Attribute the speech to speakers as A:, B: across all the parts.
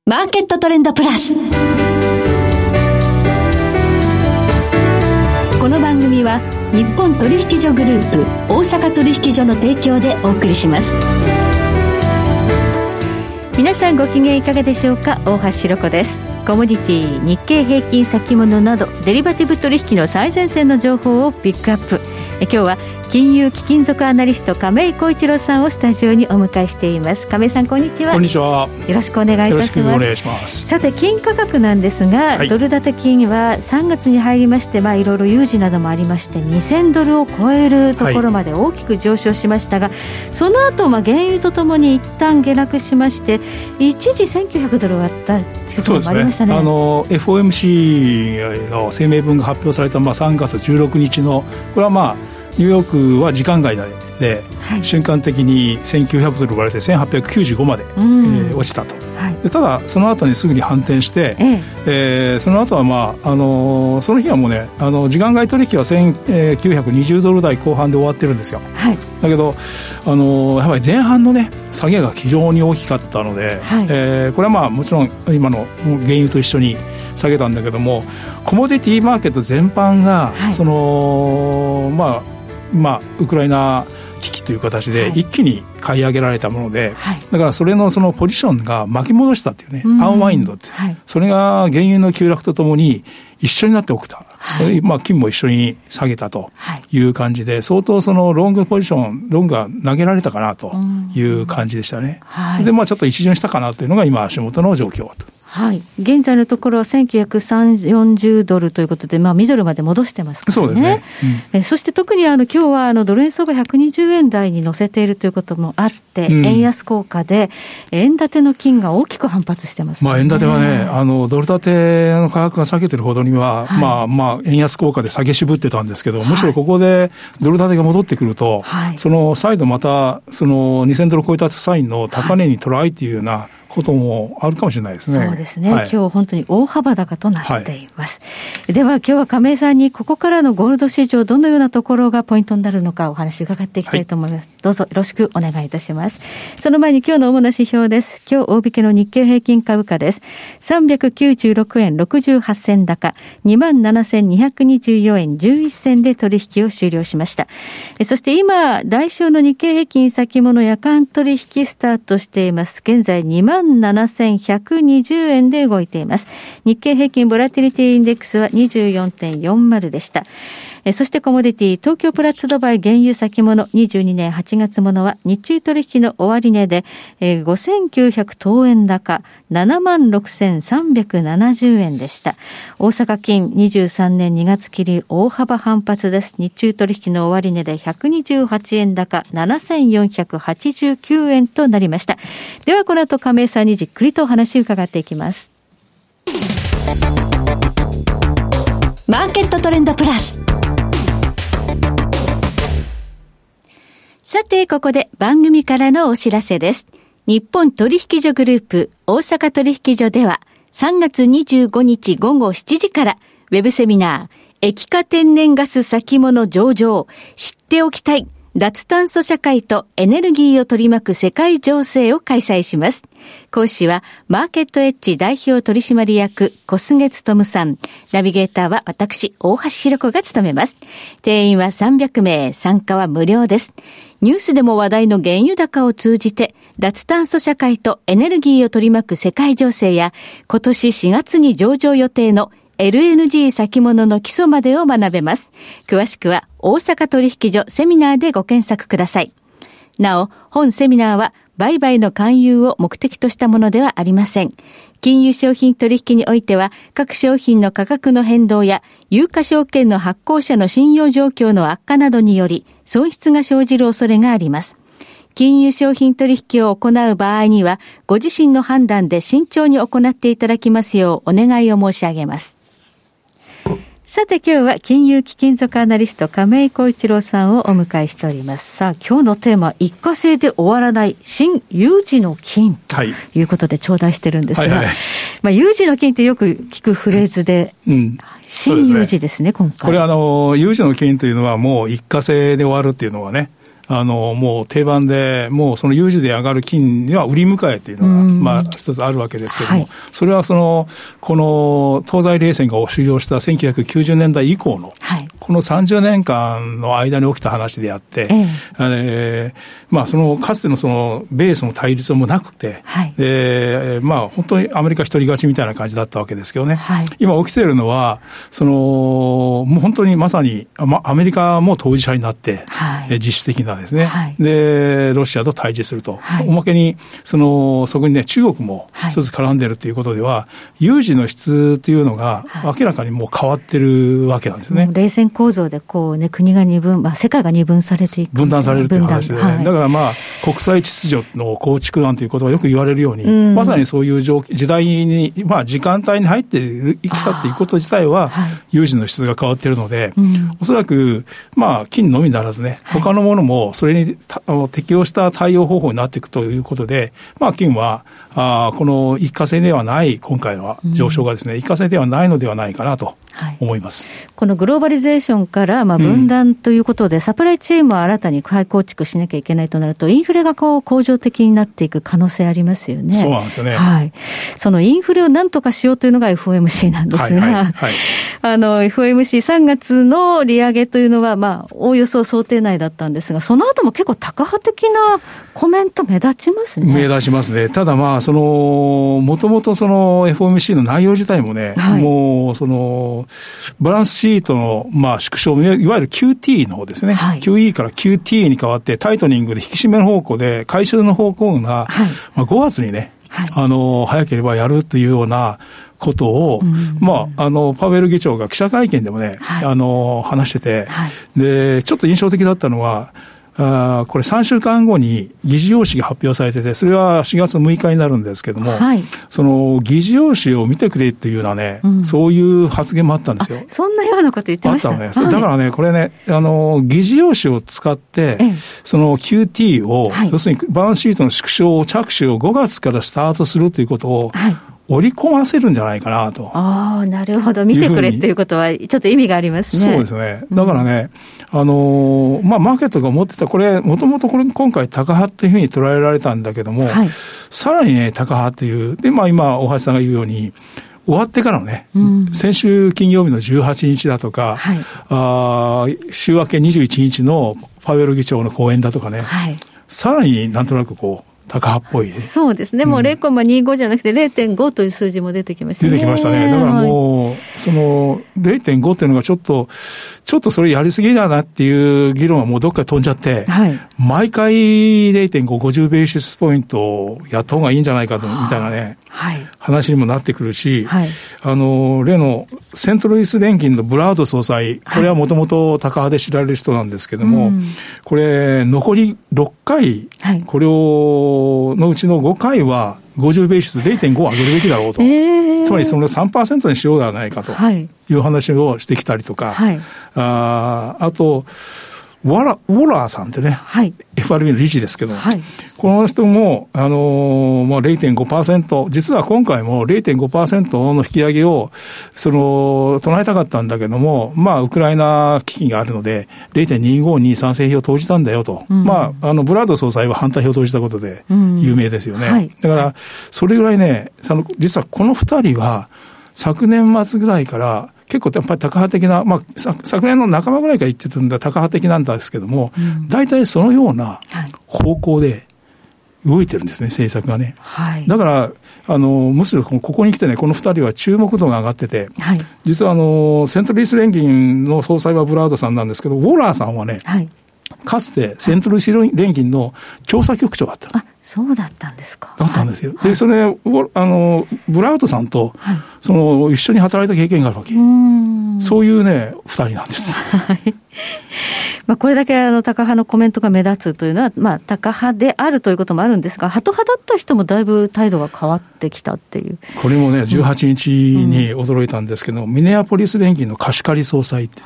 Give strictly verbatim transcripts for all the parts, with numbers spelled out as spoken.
A: マーケットトレンドプラス。この番組は日本取引所グループ大阪取引所の提供でお送りします。
B: 皆さんご機嫌いかがでしょうか。大橋ひろ子です。コモディティ、日経平均先物などデリバティブ取引の最前線の情報をピックアップ。え今日は金融貴金属アナリスト亀井浩一郎さんをスタジオにお迎えしています。亀井さん、こんにちは。
C: こんにちは。
B: よろしくお願いいたします。
C: よろしくお願いします。
B: さて、金価格なんですが、はい、ドル建て金はさんがつに入りまして、まあ、いろいろ有事などもありましてにせんドルを超えるところまで大きく上昇しましたが、はい、その後、まあ原油とともに一旦下落しまして一時せんきゅうひゃくドル割ったところもありましたね。
C: あの エフオーエムシー の声明文が発表された、まあ、さんがつじゅうろくにちのこれはまあニューヨークは時間外で、はい、瞬間的にせんきゅうひゃくドル割れてせんはっぴゃくきゅうじゅうごまで、うんえー、落ちたと、はい、でただその後にすぐに反転して、えええー、その後は、まああのー、その日はもうねあの時間外取引はせんきゅうひゃくにじゅうドル台後半で終わってるんですよ、はい、だけど、あのー、やはり前半のね下げが非常に大きかったので、はいえー、これはまあもちろん今の原油と一緒に下げたんだけども、コモディティマーケット全般が、はい、そのまあまあ、ウクライナ危機という形で一気に買い上げられたもので、はい、だからそれのそのポジションが巻き戻したっていうね、アンワインドって、はい、それが原油の急落とともに一緒になって起きた、はいまあ、金も一緒に下げたという感じで、相当そのロングポジションロングが投げられたかなという感じでしたね、はい、それでまあちょっと一巡したかなというのが今足元の状況と。
B: はい、現在のところはせんきゅうひゃくよんじゅうドルということで、まあ、ミドルまで戻してますからね。そうですね、うん、えそして特にあの今日はあのドル円相場ひゃくにじゅうえん台に乗せているということもあって、うん、円安効果で円建ての金が大きく反発してます、ねまあ、
C: 円建てはねあのドル建ての価格が下げてるほどには、はいまあまあ、円安効果で下げ渋ってたんですけど、むしろここでドル建てが戻ってくると、はい、その再度またそのにせんドル超えたサインの高値にトライというような、はいこともあるかもしれないですね。
B: そうですね、はい、今日本当に大幅高となっています、はい、では今日は亀井さんにここからのゴールド市場どのようなところがポイントになるのかお話伺っていきたいと思います、はい、どうぞよろしくお願いいたします。その前に今日の主な指標です。今日大引けの日経平均株価です。さんびゃくきゅうじゅうろくえんろくじゅうはち銭高 にまんななせんにひゃくにじゅうよんえんじゅういっ銭で取引を終了しました。そして今代償の日経平均先物夜間取引スタートしています。現在にまんななせんひゃくにじゅうえんで動いています。日経平均ボラティリティインデックスは にじゅうよんてんよんじゅう でした。えそしてコモディティ東京プラッツドバイ原油先物にじゅうにねんはちがつものは日中取引の終値で、えー、ごせんきゅうひゃくとうえん高 ななまんろくせんさんびゃくななじゅうえんでした。大阪金にじゅうさんねんにがつ期り大幅反発です。日中取引の終値でひゃくにじゅうはちえん高 ななせんよんひゃくはちじゅうきゅうえんとなりました。ではこの後亀井さんにじっくりとお話を伺っていきます。
A: マーケットトレンドプラス。
B: さてここで番組からのお知らせです。日本取引所グループ大阪取引所ではさんがつにじゅうごにちごごしちじからウェブセミナー液化天然ガス先物上場知っておきたい脱炭素社会とエネルギーを取り巻く世界情勢を開催します。講師はマーケットエッジ代表取締役小菅勉さん。ナビゲーターは私大橋ひろ子が務めます。定員はさんびゃくめい、参加は無料です。ニュースでも話題の原油高を通じて脱炭素社会とエネルギーを取り巻く世界情勢や今年しがつに上場予定のエルエヌジー 先物の基礎までを学べます。詳しくは大阪取引所セミナーでご検索ください。なお、本セミナーは売買の勧誘を目的としたものではありません。金融商品取引においては各商品の価格の変動や有価証券の発行者の信用状況の悪化などにより損失が生じる恐れがあります。金融商品取引を行う場合にはご自身の判断で慎重に行っていただきますようお願いを申し上げます。さて今日は金融貴金属アナリスト亀井浩一郎さんをお迎えしております。さあ今日のテーマ一過性で終わらない新有事の金ということで頂戴してるんですが、はいはいはい、まあ、有事の金ってよく聞くフレーズで、うん、新有事ですね、今回。
C: これあの有事の金というのはもう一過性で終わるっていうのはね、 あのもう定番で、もうその有事で上がる金には売り迎えというのが、まあ、一つあるわけですけれども、はい、それはそのこの東西冷戦が終了したせんきゅうひゃくきゅうじゅうねんだい以降の、はい、このさんじゅうねんかんの間に起きた話であって、ええーまあ、そのかつてのその米ソの対立もなくて、はい、でまあ、本当にアメリカ一人勝ちみたいな感じだったわけですけどね、はい、今起きているのはそのもう本当にまさにアメリカも当事者になって、はい、実質的なですね、はい、でロシアと対峙すると、はい、おまけに そのそこにね中国も一つ絡んでいるということでは、はい、有事の質というのが明らかにもう変わってるわけなんですね。
B: 冷戦構造でこう、ね、国が二分、まあ、世界が二分されていく、
C: 分断されるという話で、ね、はい、だからまあ国際秩序の構築なんていうことがよく言われるように、うん、まさにそういう時代に、まあ、時間帯に入っている生きたっていうこと自体は、はい、有事の質が変わっているので、うん、おそらく、まあ、金のみならずね、他のものもそれに適応した対応方法になっていくということで、まあ、金はあこの一過性ではない今回の上昇がですね、うん、一過性ではないのではないかなと思います、
B: はい、このグローバリゼーションからまあ分断ということで、うん、サプライチェーンも新たに再構築しなきゃいけないとなると、インフレがこう恒常的になっていく可能性ありますよね。
C: そうなんですよね、
B: はい、そのインフレを何とかしようというのが エフオーエムシー なんですが、はいはいはい、あの エフオーエムシーさんがつの利上げというのはまあおおよそ想定内だったんですが、その後も結構タカ派的なコメント目立ちますね。
C: 目立ちますね。ただまあそのもともとその エフオーエムシー の内容自体もね、はい、もうそのバランスシートのまあ縮小、いわゆる キューティー の方ですね、はい、キューイー から キューティー に変わってタイトニングで引き締めの方向で回収の方向が、はい、まあ、ごがつにね、はい、あの早ければやるというようなことを、うん、まあ、あのパウエル議長が記者会見でもね、はい、あの話してて、はい、でちょっと印象的だったのは、あこれさんしゅうかんごに議事要旨が発表されてて、それはしがつむいかになるんですけども、はい、その議事要旨を見てくれっていうようなね、うん、そういう発言もあったんですよ。
B: そんなようなこと言ってました。
C: あったのね、はい、だからね、これね、あの議事要旨を使って、ええ、その キューティー を、はい、要するにバランスシートの縮小を着手をごがつからスタートするということを、はい、織り込ませるんじゃないかなと。
B: ああ、なるほど。見てくれっていうことは、ちょっと意味がありますね。
C: そうですね。だからね、うん、あの、まあ、マーケットが思ってた、これ、もともとこれ、今回、高派っていうふうに捉えられたんだけども、はい、さらにね、高派っていう、で、まあ、今、大橋さんが言うように、終わってからのね、うん、先週金曜日のじゅうはちにちだとか、はい、あ週明けにじゅういちにちのパウエル議長の講演だとかね、はい、さらになんとなくこう、高派っぽいね。
B: そうですね。もう ゼロコンマにじゅうご じゃなくて ゼロてんご という数字も出てきましたね。
C: 出てきましたね。だからもう、はい、その ゼロてんご っていうのがちょっと、ちょっとそれやりすぎだなっていう議論はもうどっかで飛んじゃって、はい、毎回 ゼロてんご、ごじゅう ベーシスポイントをやった方がいいんじゃないかと、みたいなね、はい、話にもなってくるし、はい、あの、例のセントルイス連銀のブラウド総裁、これはもともと高派で知られる人なんですけども、はい、これ残りろっかい、はい、これを、のうちのごかいはごじゅうベーシス ゼロてんご を上げるべきだろうと、えー、つまりその さんパーセント にしようではないかという話をしてきたりとか、はい、あ, あとウォラ、ウォラーさんってね、はい、エフアールビー の理事ですけど、はい、この人も、あのー、まあ、ゼロてんごパーセント、実は今回も ゼロてんごパーセント の引き上げを、その、唱えたかったんだけども、まあ、ウクライナ危機があるので、ゼロてんにじゅうご に賛成票を投じたんだよと。うん、まあ、あの、ブラード総裁は反対票を投じたことで有名ですよね。うんはい、だから、それぐらいね、その、実はこの二人は、昨年末ぐらいから、結構やっぱり高派的な、まあ、昨年の半ばぐらいから言ってたんだ、高派的なんですけども、うん、大体そのような方向で動いてるんですね、政策がね。はい、だから、あの、むしろここに来てね、この二人は注目度が上がってて、はい、実はあの、セントルイス連銀の総裁はブラウドさんなんですけど、ウォーラーさんはね、はい、かつてセントルイス連銀の調査局長だった。
B: あ、そうだったんですか。
C: だったんですよ。はい、で、それ、あの、ブラウドさんと、はい、その、一緒に働いた経験があるわけ。うーん、そういうね、二人なんです。はい。
B: まあ、これだけあの、タカ派のコメントが目立つというのは、まあ、タカ派であるということもあるんですが、ハト派だった人もだいぶ態度が変わってきたっていう。
C: これもね、じゅうはちにちに驚いたんですけど、うん、ミネアポリス連銀の貸し借り総裁って。はい。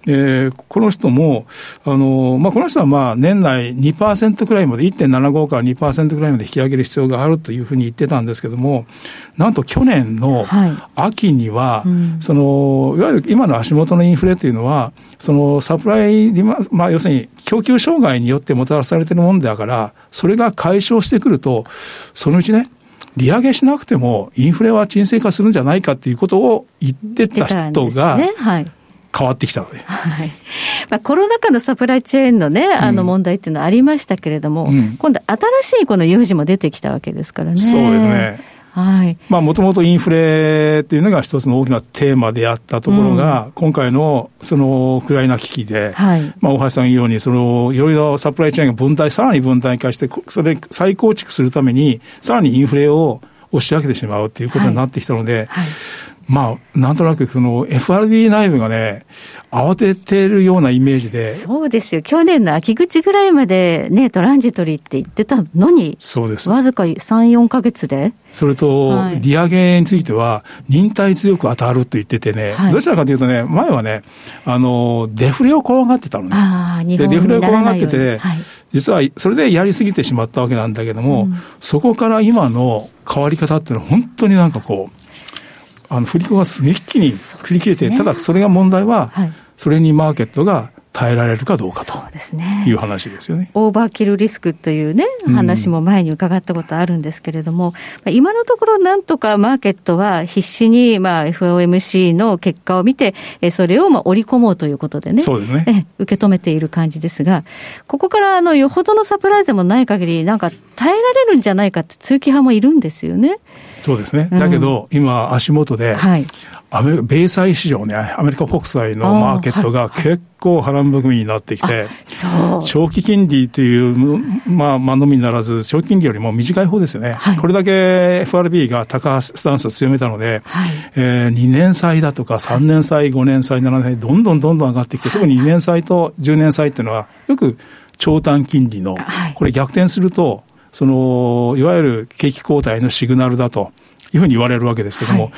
C: えー、この人も、あの、まあ、この人はまあ、年内 にパーセント くらいまで、いってんななご から にパーセント くらいまで引き上げる必要があるというふうに言ってたんですけども、なんと去年の秋には、はい、うん、その、いわゆる今の足元のインフレというのは、そのサプライ、まあ、要するに供給障害によってもたらされているものだから、それが解消してくると、そのうちね、利上げしなくてもインフレは沈静化するんじゃないかということを言ってた人が、変わってきたので、
B: はい、まあ、コロナ禍のサプライチェーンのね、あの問題っていうのはありましたけれども、うん、今度新しいこの有事も出てきたわけですからね。
C: そうですね。はい。まあ、もともとインフレっていうのが一つの大きなテーマであったところが、うん、今回のそのウクライナ危機で、はい、まあ、大橋さん言うように、そのいろいろサプライチェーンが分体、さらに分体化して、それ再構築するために、さらにインフレを押し上げてしまうということになってきたので、はいはい、まあ、なんとなくその エフアールビー 内部がね、慌ててるようなイメージで。
B: そうですよ。去年の秋口ぐらいまでね、トランジトリーって言ってたのに。
C: そうです。
B: わずかさん、よんかげつで。
C: それと、はい、利上げについては、忍耐強く当たると言っててね、はい、どちらかというとね、前はね、あの、デフレを怖がってたのね。ああ、日本にならないように。で、デフレを怖がってて、はい、実はそれでやりすぎてしまったわけなんだけども、うん、そこから今の変わり方っていうのは本当になんかこう、あの振り子がすげえ一気に振り切れて、ね、ただそれが問題は、はい、それにマーケットが耐えられるかどうかという話ですよね。
B: オーバーキルリスクというね、話も前に伺ったことあるんですけれども、うん、今のところなんとかマーケットは必死にまあ エフオーエムシー の結果を見て、それをまあ織り込もうということでね、
C: そうですね、
B: 受け止めている感じですが、ここからあのよほどのサプライズもない限り、なんか耐えられるんじゃないかって通期派もいるんですよね。
C: そうですね。だけど、うん、今足元で、はい、アメ米債市場ね、アメリカ国債のマーケットが結構波乱含みになってきて、そう長期金利という、まあ、まあのみならず、長期金利よりも短い方ですよね。はい、これだけ エフアールビー が高スタンスを強めたので、はい、えー、にねん債だとかさんねん債、ごねん債、ななねん債、どんどんどんどん上がってきて、特ににねん債とじゅうねん債っていうのは、よく長短金利の、これ逆転すると、その、いわゆる景気後退のシグナルだというふうに言われるわけですけども、はい、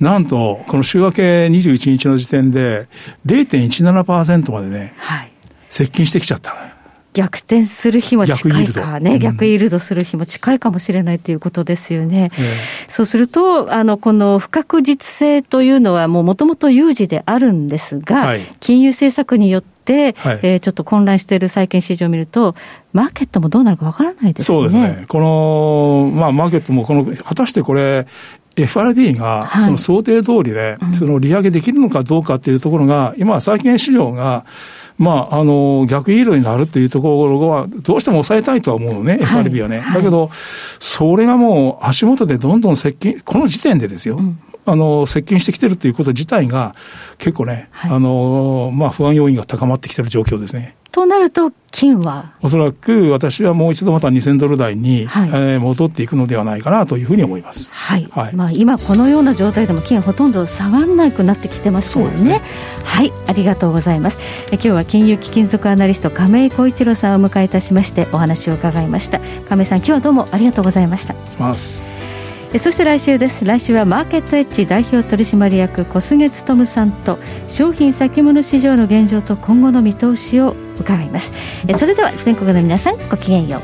C: なんと、この週明けにじゅういちにちの時点で ゼロてんいちななパーセント までね、はい、接近してきちゃったのよ。
B: 逆転する日も近いかね、逆イールドする日も近いかもしれないということですよね。うん、そうすると、あの、この不確実性というのはもう元々有事であるんですが、はい、金融政策によってで、はい、えー、ちょっと混乱している債券市場を見ると、マーケットもどうなるかわからないですね。
C: そうですね。この、まあ、マーケットもこの、果たしてこれ、エフアールビー がその想定通りで、その利上げできるのかどうかっていうところが、今、債券市場が、まあ、あの、逆イールドになるっていうところは、どうしても抑えたいとは思うのね、はい、エフアールビー はね。だけど、それがもう足元でどんどん接近、この時点でですよ。うん、あの、接近してきてるということ自体が、結構ね、はい、あの、まあ、不安要因が高まってきてる状況ですね。
B: となると、金は
C: おそらく私はもう一度またにせんドル台に、はい、えー、戻っていくのではないかなというふうに思います。
B: はい。はい、まあ、今このような状態でも金ほとんど下がらなくなってきてますよね。そうですね。はい、ありがとうございます。え今日は金融貴金属アナリスト亀井浩一郎さんをお迎えいたしましてお話を伺いました。亀井さん、今日はどうもありがとうございました。
C: ます
B: そして来週です。来週はマーケットエッジ代表取締役小菅勉さんと商品先物市場の現状と今後の見通しを伺います。それでは全国の皆さん、ごきげんよう。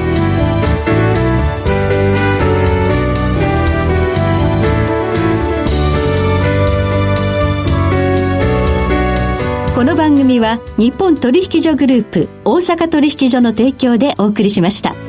A: この番組は日本取引所グループ大阪取引所の提供でお送りしました。